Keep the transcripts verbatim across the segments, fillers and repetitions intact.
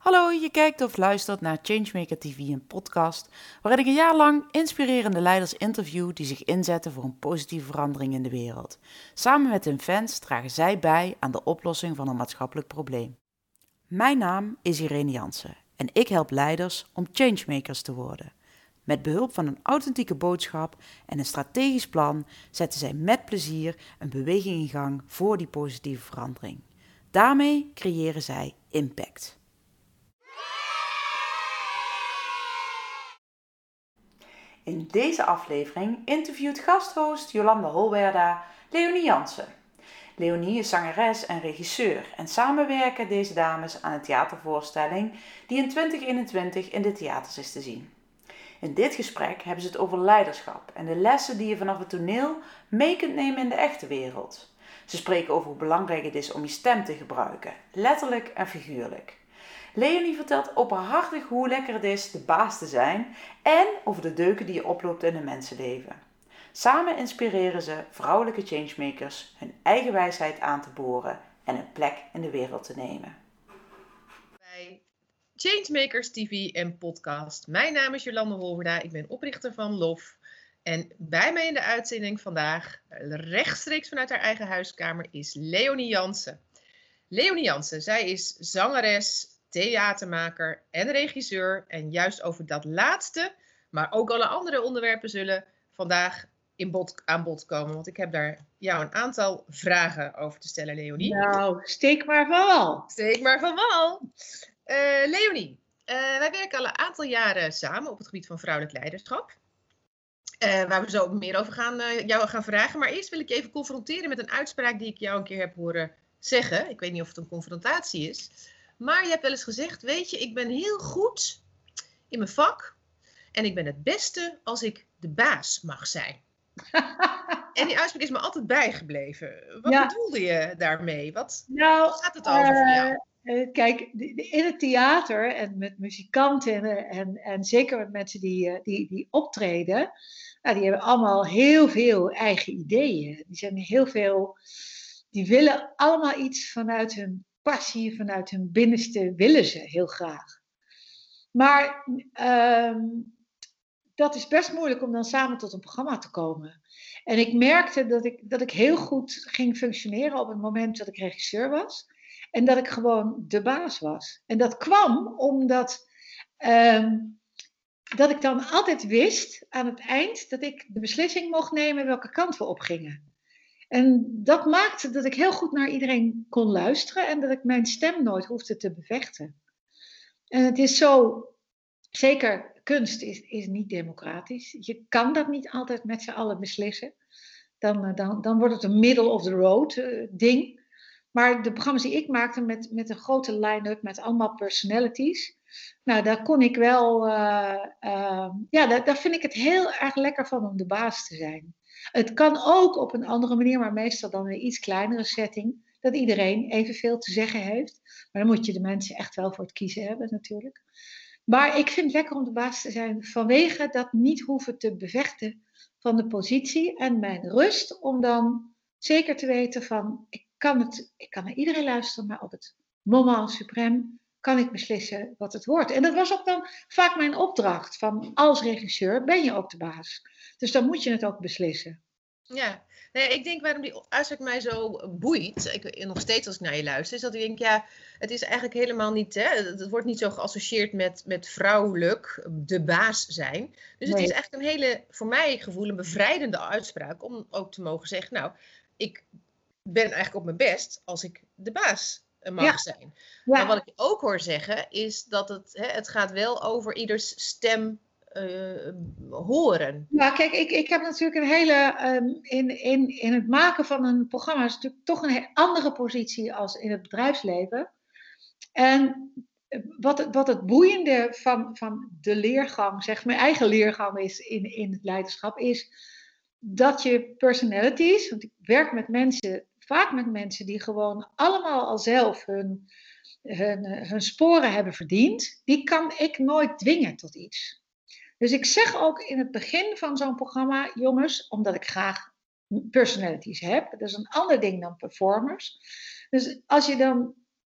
Hallo, je kijkt of luistert naar Changemaker T V, een podcast waarin ik een jaar lang inspirerende leiders interview die zich inzetten voor een positieve verandering in de wereld. Samen met hun fans dragen zij bij aan de oplossing van een maatschappelijk probleem. Mijn naam is Irene Jansen en ik help leiders om changemakers te worden. Met behulp van een authentieke boodschap en een strategisch plan zetten zij met plezier een beweging in gang voor die positieve verandering. Daarmee creëren zij impact. In deze aflevering interviewt gasthost Jolanda Holwerda Leonie Jansen. Leonie is zangeres en regisseur en samen werken deze dames aan een theatervoorstelling die in twintig eenentwintig in de theaters is te zien. In dit gesprek hebben ze het over leiderschap en de lessen die je vanaf het toneel mee kunt nemen in de echte wereld. Ze spreken over hoe belangrijk het is om je stem te gebruiken, letterlijk en figuurlijk. Leonie vertelt openhartig hoe lekker het is de baas te zijn en over de deuken die je oploopt in een mensenleven. Samen inspireren ze vrouwelijke changemakers hun eigen wijsheid aan te boren en een plek in de wereld te nemen. Bij Changemakers T V en podcast. Mijn naam is Jolanda Holwerda, ik ben oprichter van L O F. En bij mij in de uitzending vandaag, rechtstreeks vanuit haar eigen huiskamer, is Leonie Jansen. Leonie Jansen, zij is zangeres, theatermaker en regisseur. En juist over dat laatste, maar ook alle andere onderwerpen zullen vandaag in bod, aan bod komen. Want ik heb daar jou een aantal vragen over te stellen, Leonie. Nou, steek maar van wal. Steek maar van wal. Uh, Leonie, uh, wij werken al een aantal jaren samen op het gebied van vrouwelijk leiderschap. Uh, waar we zo meer over gaan, uh, jou gaan vragen. Maar eerst wil ik je even confronteren met een uitspraak die ik jou een keer heb horen zeggen. Ik weet niet of het een confrontatie is. Maar je hebt wel eens gezegd, weet je, ik ben heel goed in mijn vak. En ik ben het beste als ik de baas mag zijn. En die uitspraak is me altijd bijgebleven. Wat ja. bedoelde je daarmee? Wat nou, gaat het over uh, voor jou? Uh, kijk, in het theater en met muzikanten en, en zeker met mensen die, uh, die, die optreden, nou, die hebben allemaal heel veel eigen ideeën. Die zijn heel veel, die willen allemaal iets vanuit hun passie, vanuit hun binnenste willen ze heel graag. Maar uh, dat is best moeilijk om dan samen tot een programma te komen. En ik merkte dat ik, dat ik heel goed ging functioneren op het moment dat ik regisseur was. En dat ik gewoon de baas was. En dat kwam omdat um, dat ik dan altijd wist aan het eind dat ik de beslissing mocht nemen welke kant we op gingen. En dat maakte dat ik heel goed naar iedereen kon luisteren en dat ik mijn stem nooit hoefde te bevechten. En het is zo, zeker kunst is, is niet democratisch. Je kan dat niet altijd met z'n allen beslissen. Dan, dan, dan wordt het een middle of the road uh, ding. Maar de programma's die ik maakte met, met een grote line-up, met allemaal personalities. Nou, daar kon ik wel, uh, uh, ja, daar, daar vind ik het heel erg lekker van om de baas te zijn. Het kan ook op een andere manier, maar meestal dan in een iets kleinere setting. Dat iedereen evenveel te zeggen heeft. Maar dan moet je de mensen echt wel voor het kiezen hebben natuurlijk. Maar ik vind het lekker om de baas te zijn vanwege dat niet hoeven te bevechten van de positie. En mijn rust om dan zeker te weten van, ik kan, het, ik kan naar iedereen luisteren, maar op het moment suprême kan ik beslissen wat het wordt. En dat was ook dan vaak mijn opdracht, van als regisseur ben je ook de baas. Dus dan moet je het ook beslissen. Ja, nee, ik denk waarom die uitspraak mij zo boeit, ik, nog steeds als ik naar je luister, is dat ik denk, ja, het is eigenlijk helemaal niet, hè, het wordt niet zo geassocieerd met, met vrouwelijk de baas zijn. Dus nee. Het is eigenlijk een hele, voor mij gevoel, een bevrijdende uitspraak om ook te mogen zeggen, nou, ik ben eigenlijk op mijn best als ik de baas mag ja. zijn. Ja. Maar wat ik ook hoor zeggen, is dat het, hè, het gaat wel over ieders stem Uh, horen. Ja, kijk, ik, ik heb natuurlijk een hele, um, in, in, in het maken van een programma is natuurlijk toch een andere positie als in het bedrijfsleven. En wat het, wat het boeiende van, van de leergang, zeg mijn eigen leergang is in, in het leiderschap, is dat je personalities, want ik werk met mensen, vaak met mensen die gewoon allemaal al zelf hun, hun, hun sporen hebben verdiend, die kan ik nooit dwingen tot iets. Dus ik zeg ook in het begin van zo'n programma, jongens, omdat ik graag personalities heb, dat is een ander ding dan performers. Dus als je dan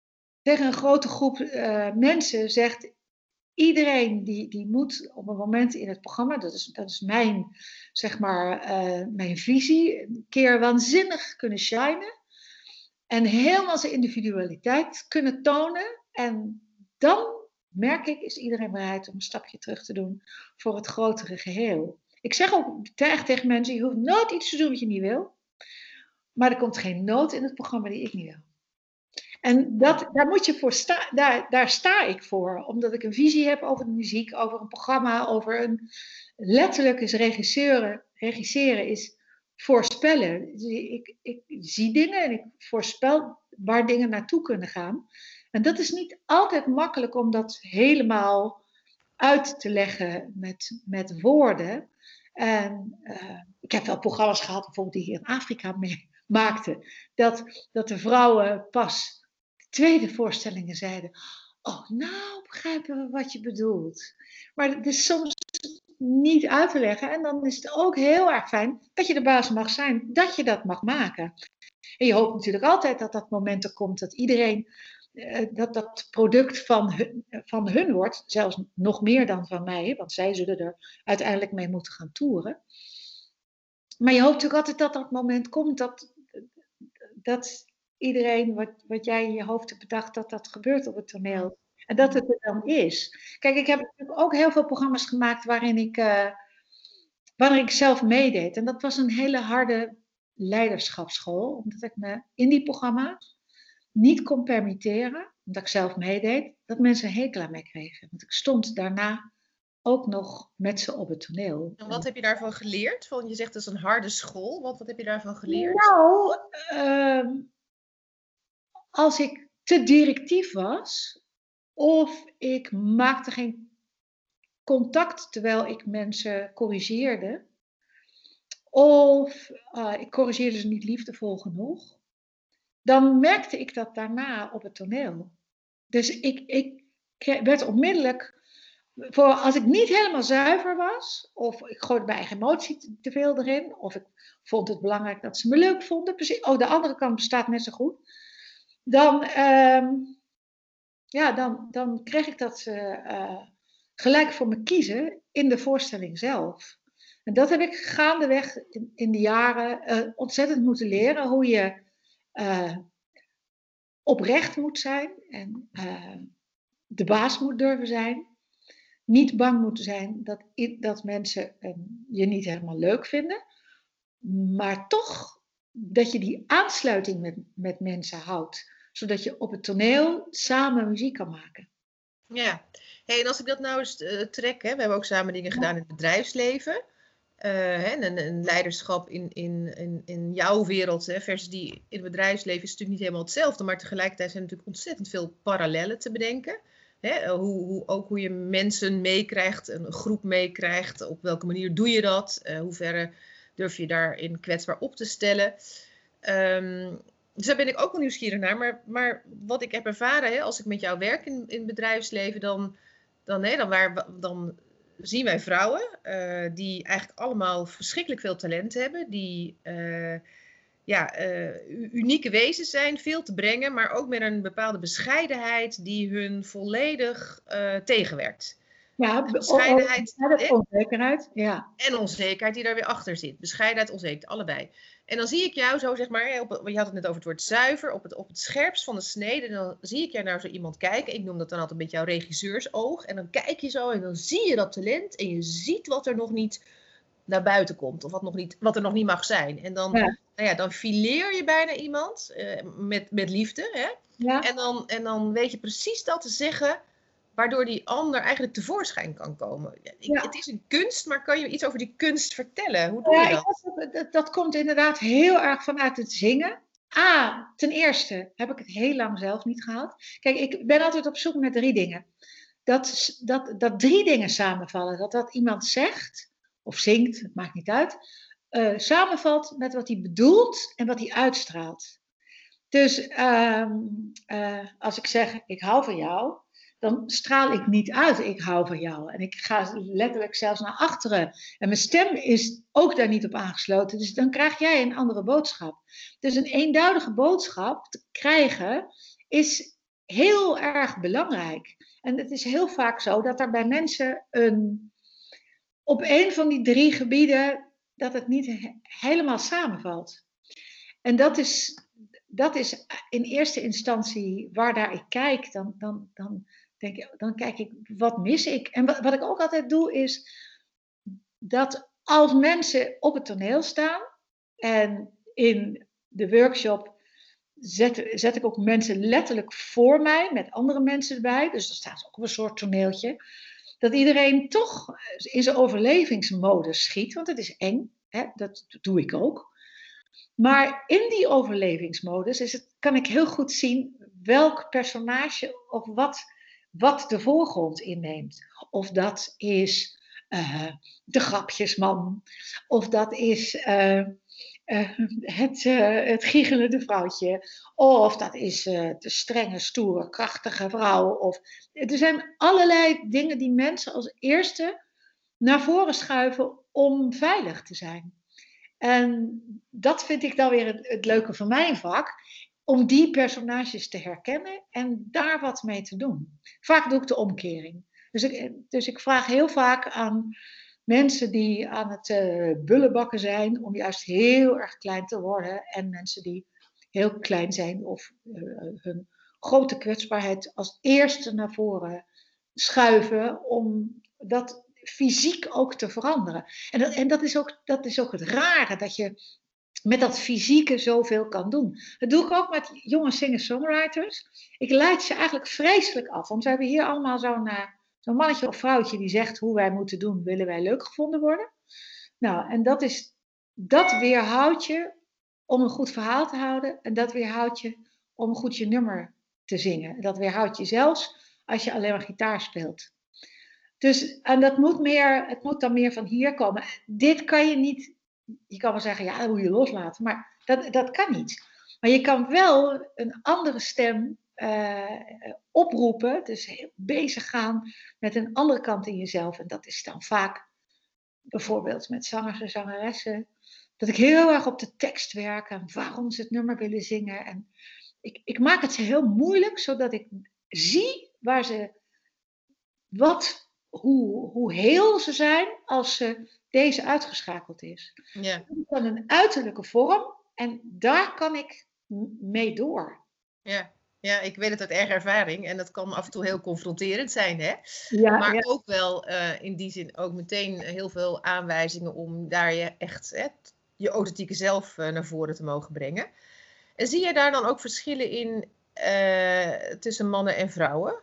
tegen een grote groep uh, mensen zegt, iedereen die, die moet op een moment in het programma, dat is, dat is mijn, zeg maar, uh, mijn visie, een keer waanzinnig kunnen shinen en helemaal zijn individualiteit kunnen tonen. En dan, merk ik, is iedereen bereid om een stapje terug te doen voor het grotere geheel. Ik zeg ook echt tegen mensen, je hoeft nooit iets te doen wat je niet wil, maar er komt geen noot in het programma die ik niet wil. En dat, daar, moet je voor sta, daar, daar sta ik voor, omdat ik een visie heb over de muziek, over een programma, over een... Letterlijk is regisseren, regisseren is voorspellen. Ik, ik zie dingen en ik voorspel waar dingen naartoe kunnen gaan. En dat is niet altijd makkelijk om dat helemaal uit te leggen met, met woorden. En uh, ik heb wel programma's gehad, bijvoorbeeld die hier in Afrika mee maakten, dat, dat de vrouwen pas de tweede voorstellingen zeiden, oh, nou begrijpen we wat je bedoelt. Maar het is soms niet uit te leggen en dan is het ook heel erg fijn dat je de baas mag zijn, dat je dat mag maken. En je hoopt natuurlijk altijd dat dat moment er komt dat iedereen, uh, dat dat product van hun, van hun wordt, zelfs nog meer dan van mij, want zij zullen er uiteindelijk mee moeten gaan toeren. Maar je hoopt natuurlijk altijd dat dat moment komt, dat, dat iedereen wat, wat jij in je hoofd hebt bedacht, dat dat gebeurt op het toneel. En dat het er dan is. Kijk, ik heb natuurlijk ook heel veel programma's gemaakt waarin ik, uh, waarin ik zelf meedeed. En dat was een hele harde leiderschapsschool, omdat ik me in die programma's niet kon permitteren, omdat ik zelf meedeed, dat mensen een hekel aan mij kregen. Want ik stond daarna ook nog met ze op het toneel. En wat heb je daarvan geleerd? Want je zegt het is een harde school. Wat, wat heb je daarvan geleerd? Nou, uh, als ik te directief was, of ik maakte geen contact terwijl ik mensen corrigeerde, of uh, ik corrigeerde ze niet liefdevol genoeg, dan merkte ik dat daarna op het toneel. Dus ik, ik werd onmiddellijk, voor als ik niet helemaal zuiver was, of ik gooide mijn eigen emotie te veel erin, of ik vond het belangrijk dat ze me leuk vonden, precies, oh, de andere kant bestaat net zo goed, dan, uh, ja, dan, dan kreeg ik dat ze uh, gelijk voor me kiezen in de voorstelling zelf. En dat heb ik gaandeweg in, in de jaren uh, ontzettend moeten leren, hoe je uh, oprecht moet zijn en uh, de baas moet durven zijn. Niet bang moeten zijn dat, dat mensen uh, je niet helemaal leuk vinden. Maar toch dat je die aansluiting met, met mensen houdt. Zodat je op het toneel samen muziek kan maken. Ja, hey, en als ik dat nou eens uh, trek, hè, we hebben ook samen dingen gedaan in het bedrijfsleven. Uh, hè, en een leiderschap in, in, in, in jouw wereld, hè, versus die in het bedrijfsleven is natuurlijk niet helemaal hetzelfde. Maar tegelijkertijd zijn er natuurlijk ontzettend veel parallellen te bedenken. Hè, hoe, hoe, ook hoe je mensen meekrijgt, een groep meekrijgt. Op welke manier doe je dat? Uh, hoe ver durf je daarin kwetsbaar op te stellen? Um, dus daar ben ik ook wel nieuwsgierig naar. Maar, maar wat ik heb ervaren, hè, als ik met jou werk in, in het bedrijfsleven, dan, dan, hè, dan, waar, dan zien wij vrouwen uh, die eigenlijk allemaal verschrikkelijk veel talent hebben. Die uh, ja, uh, unieke wezens zijn, veel te brengen, maar ook met een bepaalde bescheidenheid die hun volledig uh, tegenwerkt. Ja, bescheidenheid en onzekerheid. Ja. En onzekerheid die daar weer achter zit. Bescheidenheid, onzekerheid, allebei. En dan zie ik jou zo, zeg maar, op, je had het net over het woord zuiver, op het, op het scherpst van de snede, dan zie ik jou naar zo iemand kijken. Ik noem dat dan altijd een beetje jouw regisseursoog. En dan kijk je zo en dan zie je dat talent en je ziet wat er nog niet naar buiten komt. Of wat, nog niet, wat er nog niet mag zijn. En dan, ja. Nou ja, dan fileer je bijna iemand uh, met, met liefde. Hè? Ja. En, dan, en dan weet je precies dat te zeggen, waardoor die ander eigenlijk tevoorschijn kan komen. Ik, ja. Het is een kunst, maar kan je iets over die kunst vertellen? Hoe doe je ja, dat? dat? Dat, dat komt inderdaad heel erg vanuit het zingen. Ah, ten eerste heb ik het heel lang zelf niet gehad. Kijk, ik ben altijd op zoek naar drie dingen. Dat, dat, dat drie dingen samenvallen. Dat wat iemand zegt, of zingt, het maakt niet uit, uh, samenvalt met wat hij bedoelt en wat hij uitstraalt. Dus uh, uh, als ik zeg, ik hou van jou, dan straal ik niet uit, ik hou van jou. En ik ga letterlijk zelfs naar achteren. En mijn stem is ook daar niet op aangesloten. Dus dan krijg jij een andere boodschap. Dus een eenduidige boodschap te krijgen is heel erg belangrijk. En het is heel vaak zo dat er bij mensen een, op een van die drie gebieden, dat het niet he- helemaal samenvalt. En dat is, dat is in eerste instantie waar daar ik kijk, dan, dan, dan, denk ik, dan kijk ik, wat mis ik? En wat, wat ik ook altijd doe is, dat als mensen op het toneel staan en in de workshop zet, zet ik ook mensen letterlijk voor mij met andere mensen erbij, dus dan staat ook op een soort toneeltje, dat iedereen toch in zijn overlevingsmodus schiet, want het is eng, hè? Dat doe ik ook. Maar in die overlevingsmodus is het, kan ik heel goed zien welk personage of wat, wat de voorgrond inneemt. Of dat is uh, de grapjesman, of dat is uh, uh, het, uh, het giechelende vrouwtje, of dat is uh, de strenge, stoere, krachtige vrouw. Of, er zijn allerlei dingen die mensen als eerste naar voren schuiven om veilig te zijn. En dat vind ik dan weer het, het leuke van mijn vak, om die personages te herkennen en daar wat mee te doen. Vaak doe ik de omkering. Dus ik, dus ik vraag heel vaak aan mensen die aan het uh, bullenbakken zijn, om juist heel erg klein te worden. En mensen die heel klein zijn of uh, hun grote kwetsbaarheid als eerste naar voren schuiven, om dat fysiek ook te veranderen. En, dat, en dat, is ook, dat is ook het rare, dat je met dat fysieke zoveel kan doen. Dat doe ik ook met jonge singer-songwriters. Ik leid ze eigenlijk vreselijk af, want we hebben hier allemaal zo'n, uh, zo'n mannetje of vrouwtje die zegt hoe wij moeten doen, willen wij leuk gevonden worden. Nou, en dat is, dat weerhoudt je om een goed verhaal te houden, en dat weerhoudt je om goed je nummer te zingen. Dat weerhoudt je zelfs als je alleen maar gitaar speelt. Dus, en dat moet meer, het moet dan meer van hier komen. Dit kan je niet, je kan wel zeggen, ja, dat moet je loslaten, maar dat, dat kan niet. Maar je kan wel een andere stem uh, oproepen, dus bezig gaan met een andere kant in jezelf. En dat is dan vaak, bijvoorbeeld met zangers en zangeressen, dat ik heel erg op de tekst werk en waarom ze het nummer willen zingen. En ik, ik maak het ze heel moeilijk, zodat ik zie waar ze, wat... Hoe, hoe heel ze zijn als ze deze uitgeschakeld is. Ja. Dan een uiterlijke vorm en daar kan ik mee door. Ja. Ja, ik weet het uit eigen ervaring en dat kan af en toe heel confronterend zijn, hè? Ja, maar ja. ook wel uh, in die zin ook meteen heel veel aanwijzingen om daar je echt hè, je authentieke zelf uh, naar voren te mogen brengen. En zie je daar dan ook verschillen in uh, tussen mannen en vrouwen?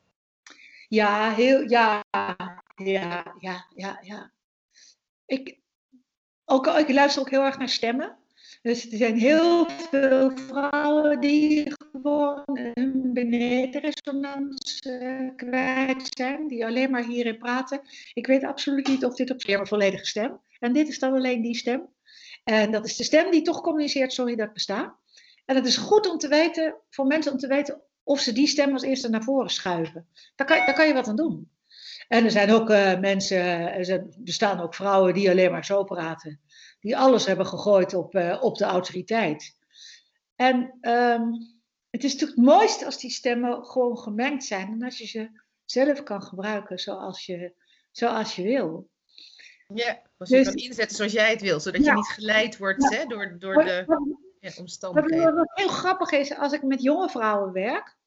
Ja, heel, ja, ja, ja, ja, ja. Ik, ook, ik luister ook heel erg naar stemmen. Dus er zijn heel veel vrouwen die gewoon een benedenresonans uh, kwijt zijn, die alleen maar hierin praten. Ik weet absoluut niet of dit op een volledige stem. En dit is dan alleen die stem. En dat is de stem die toch communiceert, sorry dat ik besta. En het is goed om te weten, voor mensen om te weten of ze die stem als eerste naar voren schuiven. Daar kan, daar kan je wat aan doen. En er zijn ook uh, mensen, er bestaan ook vrouwen die alleen maar zo praten. Die alles hebben gegooid op, uh, op de autoriteit. En um, het is natuurlijk het mooiste als die stemmen gewoon gemengd zijn. En als je ze zelf kan gebruiken zoals je, zoals je wil. Ja, als je dus, kan inzetten zoals jij het wil. Zodat ja, je niet geleid wordt ja, hè, door, door de wat, ja, omstandigheden. Wat heel grappig is, als ik met jonge vrouwen werk.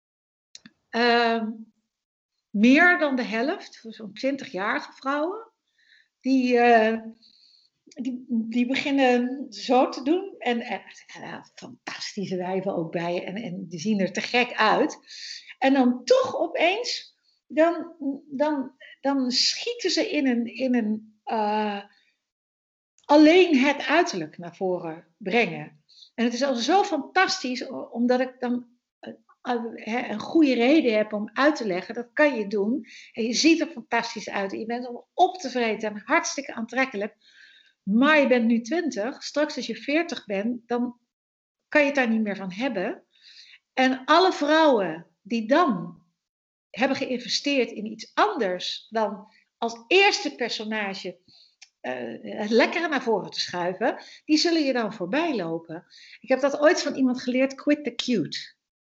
Um, meer dan de helft, zo'n twintigjarige vrouwen. Die... Uh, Die, die beginnen zo te doen. En, en ja, fantastische wijven ook bij. En, en die zien er te gek uit. En dan toch opeens, dan, dan, dan schieten ze in een, in een uh, alleen het uiterlijk naar voren brengen. En het is al zo fantastisch, omdat ik dan uh, een goede reden heb om uit te leggen. Dat kan je doen. En je ziet er fantastisch uit. En je bent om op te vreten en hartstikke aantrekkelijk. Maar je bent nu twintig, straks als je veertig bent, dan kan je het daar niet meer van hebben. En alle vrouwen die dan hebben geïnvesteerd in iets anders dan als eerste personage uh, het lekkere naar voren te schuiven, die zullen je dan voorbij lopen. Ik heb dat ooit van iemand geleerd, quit the cute.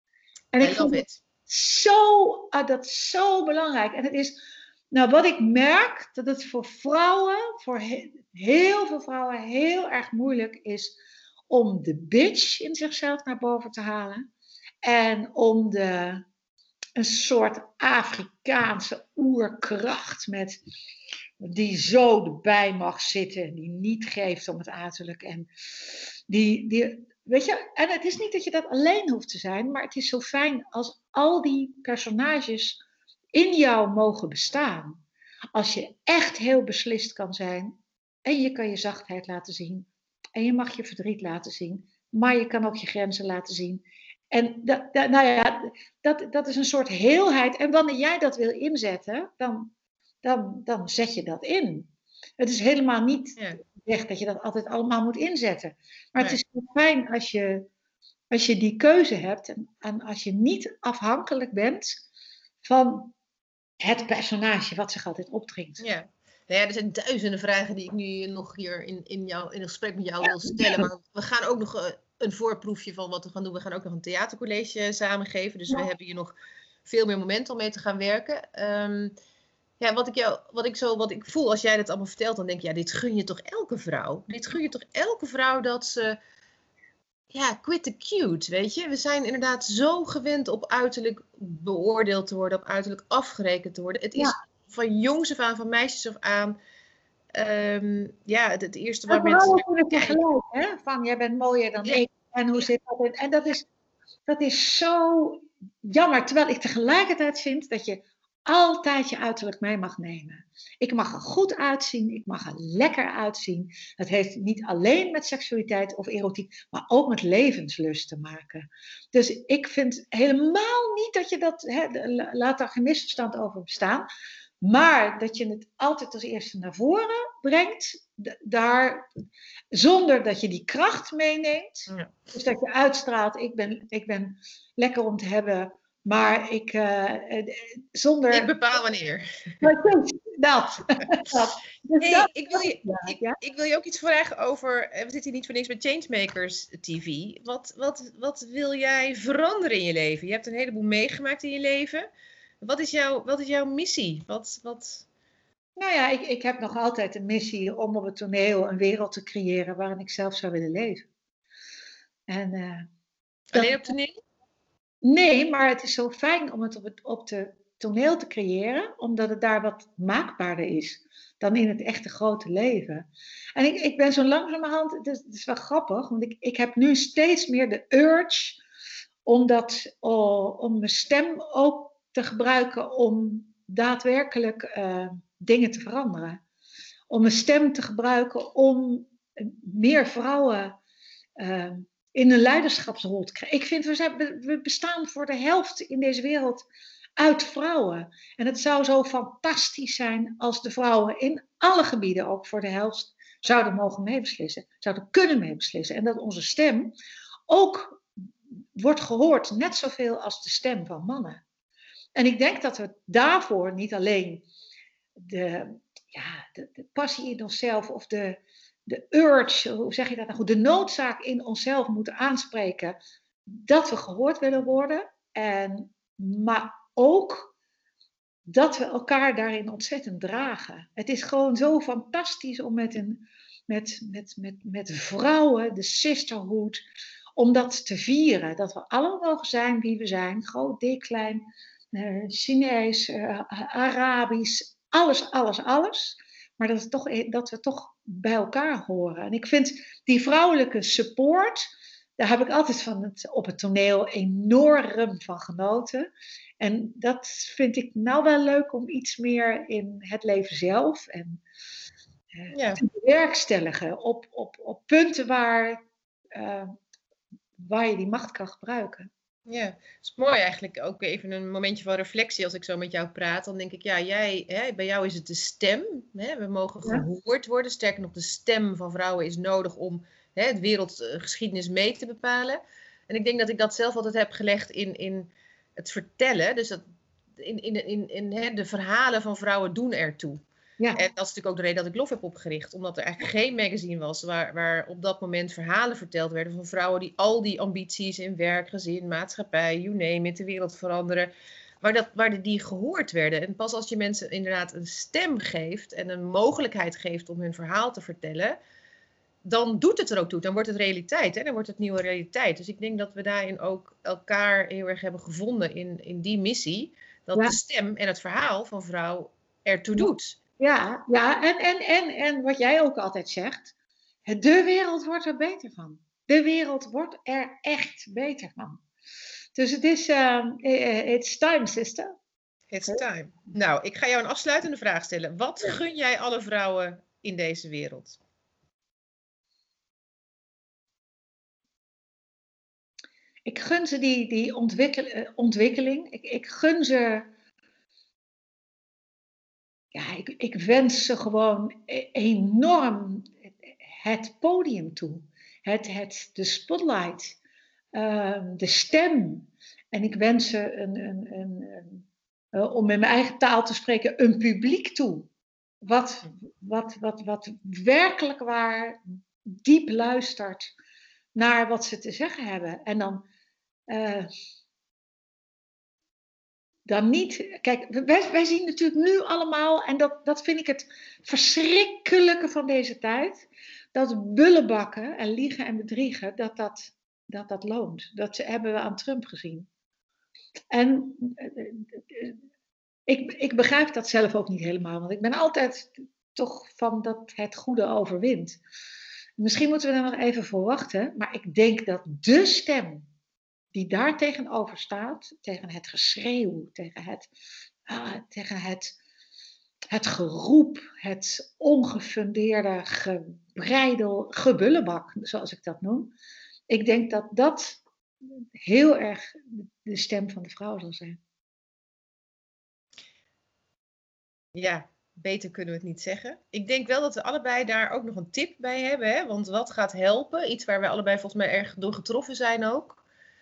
En I ik vind love het it. zo, ah, dat is zo belangrijk. En het is, nou wat ik merk, dat het voor vrouwen, voor he- heel veel vrouwen heel erg moeilijk is om de bitch in zichzelf naar boven te halen. En om de, een soort Afrikaanse oerkracht met, die zo erbij mag zitten, die niet geeft om het uiterlijk. En die, die, weet je, en het is niet dat je dat alleen hoeft te zijn, maar het is zo fijn als al die personages in jou mogen bestaan. Als je echt heel beslist kan zijn en je kan je zachtheid laten zien en je mag je verdriet laten zien, maar je kan ook je grenzen laten zien. En dat, dat, nou ja, dat, dat is een soort heelheid. En wanneer jij dat wil inzetten, dan, dan, dan zet je dat in. Het is helemaal niet Ja. gezegd dat je dat altijd allemaal moet inzetten. Maar het Nee. is zo fijn als je, als je die keuze hebt en, en als je niet afhankelijk bent van het personage wat zich altijd opdringt. Ja. Nou ja, er zijn duizenden vragen die ik nu nog hier in, in, jou, in een gesprek met jou wil stellen. Maar we gaan ook nog uh, een voorproefje van wat we gaan doen. We gaan ook nog een theatercollege samen geven. Dus we hebben hier nog veel meer momenten om mee te gaan werken. Um, ja, wat ik, jou, wat, ik zo, wat ik voel als jij dat allemaal vertelt, dan denk ik, ja, dit gun je toch elke vrouw? Dit gun je toch elke vrouw dat ze, ja, quit the cute, weet je? We zijn inderdaad zo gewend op uiterlijk beoordeeld te worden, op uiterlijk afgerekend te worden. Het is Ja. van jongs af aan, van meisjes af aan, um, ja, het, het eerste En waar vooral mensen ook in naar het kijken. vergelijk, hè? Van jij bent mooier dan Ja. ik. En hoe zit dat in? En dat is, dat is zo jammer. Terwijl ik tegelijkertijd vind dat je altijd je uiterlijk mee mag nemen. Ik mag er goed uitzien. Ik mag er lekker uitzien. Het heeft niet alleen met seksualiteit of erotiek, maar ook met levenslust te maken. Dus ik vind helemaal niet dat je dat, hè, laat daar geen misverstand over bestaan. Maar dat je het altijd als eerste naar voren brengt, daar, zonder dat je die kracht meeneemt. Ja. Dus dat je uitstraalt, ik ben, ik ben lekker om te hebben, maar ik, uh, zonder... Ik bepaal wanneer. Dat. dat. Dus Hey, dat, ik, wil je, ja, ik, ja? ik wil je ook iets vragen over, we zitten hier niet voor niks met Changemakers T V. Wat, wat, wat wil jij veranderen in je leven? Je hebt een heleboel meegemaakt in je leven. Wat is, jouw, wat is jouw missie? Wat, wat... Nou ja, ik, ik heb nog altijd een missie om op het toneel een wereld te creëren waarin ik zelf zou willen leven. En, uh, Alleen dat, op toneel? Nee, maar het is zo fijn om het op het op de toneel te creëren, omdat het daar wat maakbaarder is dan in het echte grote leven. En ik, ik ben zo langzamerhand, het is, het is wel grappig, want ik, ik heb nu steeds meer de urge om, dat, oh, om mijn stem ook te gebruiken om daadwerkelijk uh, dingen te veranderen. Om mijn stem te gebruiken om meer vrouwen uh, in een leiderschapsrol te krijgen. Ik vind, we, zijn, we bestaan voor de helft in deze wereld uit vrouwen. En het zou zo fantastisch zijn als de vrouwen in alle gebieden ook voor de helft zouden mogen meebeslissen. Zouden kunnen meebeslissen. En dat onze stem ook wordt gehoord, net zoveel als de stem van mannen. En ik denk dat we daarvoor niet alleen de, ja, de, de passie in onszelf of de, de urge, hoe zeg je dat nou goed, de noodzaak in onszelf moeten aanspreken dat we gehoord willen worden. En, maar ook dat we elkaar daarin ontzettend dragen. Het is gewoon zo fantastisch om met, een, met, met, met, met vrouwen, de sisterhood, om dat te vieren. Dat we allemaal mogen zijn wie we zijn. Groot, dik, klein, uh, Chinees, uh, Arabisch, alles, alles, alles. Maar dat, het toch, dat we toch bij elkaar horen. En ik vind die vrouwelijke support, daar heb ik altijd van het, op het toneel enorm van genoten. En dat vind ik nou wel leuk om iets meer in het leven zelf en uh, ja. te bewerkstelligen op, op, op punten waar, uh, waar je die macht kan gebruiken. Ja, het is mooi eigenlijk ook even een momentje van reflectie als ik zo met jou praat. Dan denk ik, ja, jij, hè, bij jou is het de stem. Hè, we mogen gehoord worden. Sterker nog, de stem van vrouwen is nodig om hè, het wereldgeschiedenis mee te bepalen. En ik denk dat ik dat zelf altijd heb gelegd in, in het vertellen. Dus dat in, in, in, in hè, de verhalen van vrouwen doen ertoe. Ja. En dat is natuurlijk ook de reden dat ik Love heb opgericht. Omdat er eigenlijk geen magazine was waar, waar op dat moment verhalen verteld werden van vrouwen die al die ambities in werk, gezin, maatschappij, you name it, de wereld veranderen. Waar, dat, waar die gehoord werden. En pas als je mensen inderdaad een stem geeft en een mogelijkheid geeft om hun verhaal te vertellen, dan doet het er ook toe. Dan wordt het realiteit. Hè? Dan wordt het nieuwe realiteit. Dus ik denk dat we daarin ook elkaar heel erg hebben gevonden in, in die missie. Dat Ja. de stem en het verhaal van vrouw ertoe doet. Ja, ja. En, en, en, en wat jij ook altijd zegt, de wereld wordt er beter van. De wereld wordt er echt beter van. Dus het is, um, it's time, sister. It's time. Nou, ik ga jou een afsluitende vraag stellen. Wat gun jij alle vrouwen in deze wereld? Ik gun ze die, die ontwikkel, ontwikkeling. Ik, ik gun ze... Ja, ik, ik wens ze gewoon enorm het podium toe. Het, het, de spotlight. Uh, de stem. En ik wens ze, een, een, een, een, uh, om in mijn eigen taal te spreken, een publiek toe. Wat, wat, wat, wat werkelijk waar diep luistert naar wat ze te zeggen hebben. En dan... Uh, dan niet... Kijk, wij, wij zien natuurlijk nu allemaal... En dat, dat vind ik het verschrikkelijke van deze tijd. Dat bullenbakken en liegen en bedriegen, dat dat, dat, dat loont. Dat hebben we aan Trump gezien. En uh, ik, ik begrijp dat zelf ook niet helemaal. Want ik ben altijd toch van dat het goede overwint. Misschien moeten we er nog even voor wachten. Maar ik denk dat de stem... die daar tegenover staat, tegen het geschreeuw, tegen het, uh, tegen het, het geroep, het ongefundeerde gebreidel, gebullebak, zoals ik dat noem. Ik denk dat dat heel erg de stem van de vrouw zal zijn. Ja, beter kunnen we het niet zeggen. Ik denk wel dat we allebei daar ook nog een tip bij hebben. Hè? Want wat gaat helpen? Iets waar wij allebei volgens mij erg door getroffen zijn ook.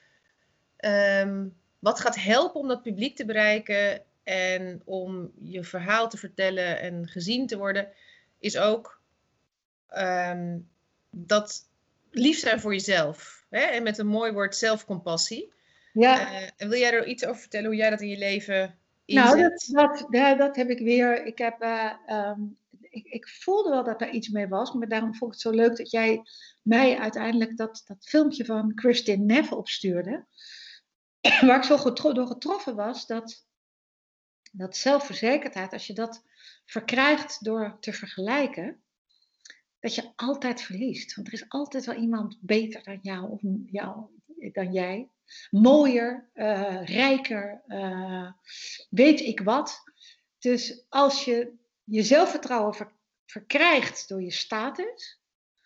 Um, wat gaat helpen om dat publiek te bereiken en om je verhaal te vertellen en gezien te worden, is ook um, dat lief zijn voor jezelf. Hè? En met een mooi woord zelfcompassie. Ja. Uh, en wil jij er iets over vertellen hoe jij dat in je leven inzet? Nou, dat, dat, dat, dat heb ik weer. Ik, heb, uh, um, ik, ik voelde wel dat daar iets mee was, maar daarom vond ik het zo leuk dat jij mij uiteindelijk dat, dat filmpje van Kristin Neff opstuurde. Waar ik zo getro- door getroffen was, dat, dat zelfverzekerdheid, als je dat verkrijgt door te vergelijken, dat je altijd verliest. Want er is altijd wel iemand beter dan jou, of jou dan jij. Mooier, uh, rijker, uh, weet ik wat. Dus als je je zelfvertrouwen ver- verkrijgt door je status,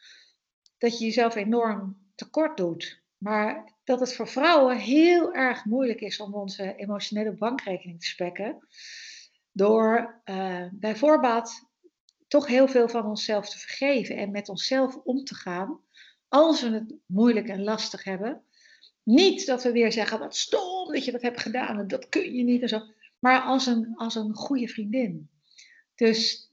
dat je jezelf enorm tekort doet. Maar dat het voor vrouwen heel erg moeilijk is om onze emotionele bankrekening te spekken. Door uh, bij voorbaat toch heel veel van onszelf te vergeven. En met onszelf om te gaan. Als we het moeilijk en lastig hebben. Niet dat we weer zeggen, wat stom dat je dat hebt gedaan. En dat kun je niet en zo. Maar als een, als een goede vriendin. Dus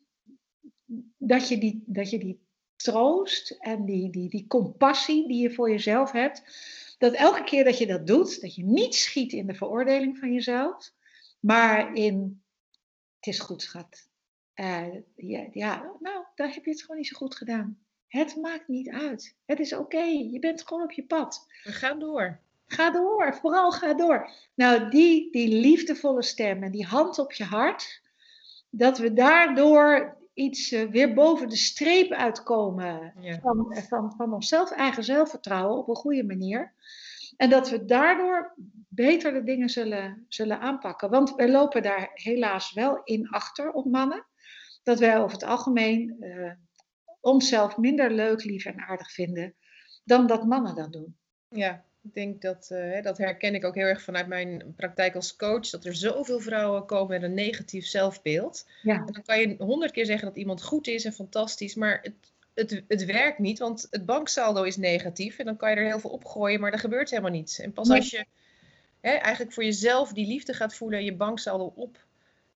dat je die, dat je die troost en die, die, die compassie die je voor jezelf hebt, dat elke keer dat je dat doet, dat je niet schiet in de veroordeling van jezelf, maar in, het is goed schat. Uh, ja, ja, nou, daar heb je het gewoon niet zo goed gedaan. Het maakt niet uit. Het is oké, okay. Je bent gewoon op je pad. We gaan door. Ga door, vooral ga door. Nou, die, die liefdevolle stem en die hand op je hart, dat we daardoor iets uh, weer boven de streep uitkomen ja. van, van, van onszelf, eigen zelfvertrouwen op een goede manier. En dat we daardoor beter de dingen zullen, zullen aanpakken. Want we lopen daar helaas wel in achter op mannen. Dat wij over het algemeen uh, onszelf minder leuk, lief en aardig vinden dan dat mannen dat doen. Ja, ik denk dat, uh, dat herken ik ook heel erg vanuit mijn praktijk als coach. Dat er zoveel vrouwen komen met een negatief zelfbeeld. Ja. En dan kan je honderd keer zeggen dat iemand goed is en fantastisch. Maar het, het, het werkt niet, want het banksaldo is negatief. En dan kan je er heel veel opgooien, maar er gebeurt helemaal niets. En pas Nee. als je hè, eigenlijk voor jezelf die liefde gaat voelen en je banksaldo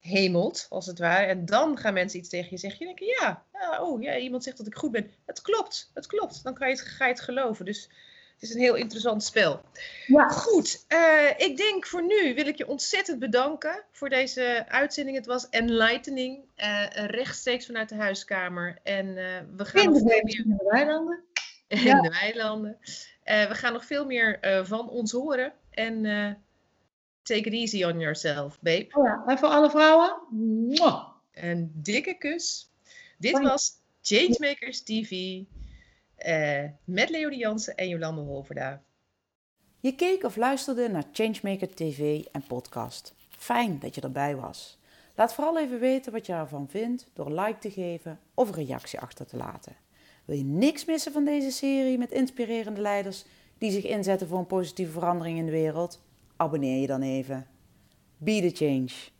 hemelt, als het ware. En dan gaan mensen iets tegen je zeggen. Je denkt, ja, ja, oh ja, iemand zegt dat ik goed ben. Het klopt, het klopt. Dan kan je het, ga je het geloven. Dus het is een heel interessant spel. Ja. Goed, uh, ik denk voor nu wil ik je ontzettend bedanken voor deze uitzending. Het was enlightening, uh, rechtstreeks vanuit de huiskamer. En uh, we gaan In nog de, veel meer... in de weilanden. In Ja. de weilanden. Uh, we gaan nog veel meer uh, van ons horen. En uh, take it easy on yourself, babe. Oh ja. En voor alle vrouwen? Mwah. Een dikke kus. Dit Dank je. was Changemakers T V uh, met Leonie Jansen en Jolande Holverda. Je keek of luisterde naar Changemaker T V en podcast. Fijn dat je erbij was. Laat vooral even weten wat je ervan vindt door een like te geven of een reactie achter te laten. Wil je niks missen van deze serie met inspirerende leiders die zich inzetten voor een positieve verandering in de wereld? Abonneer je dan even. Be the change.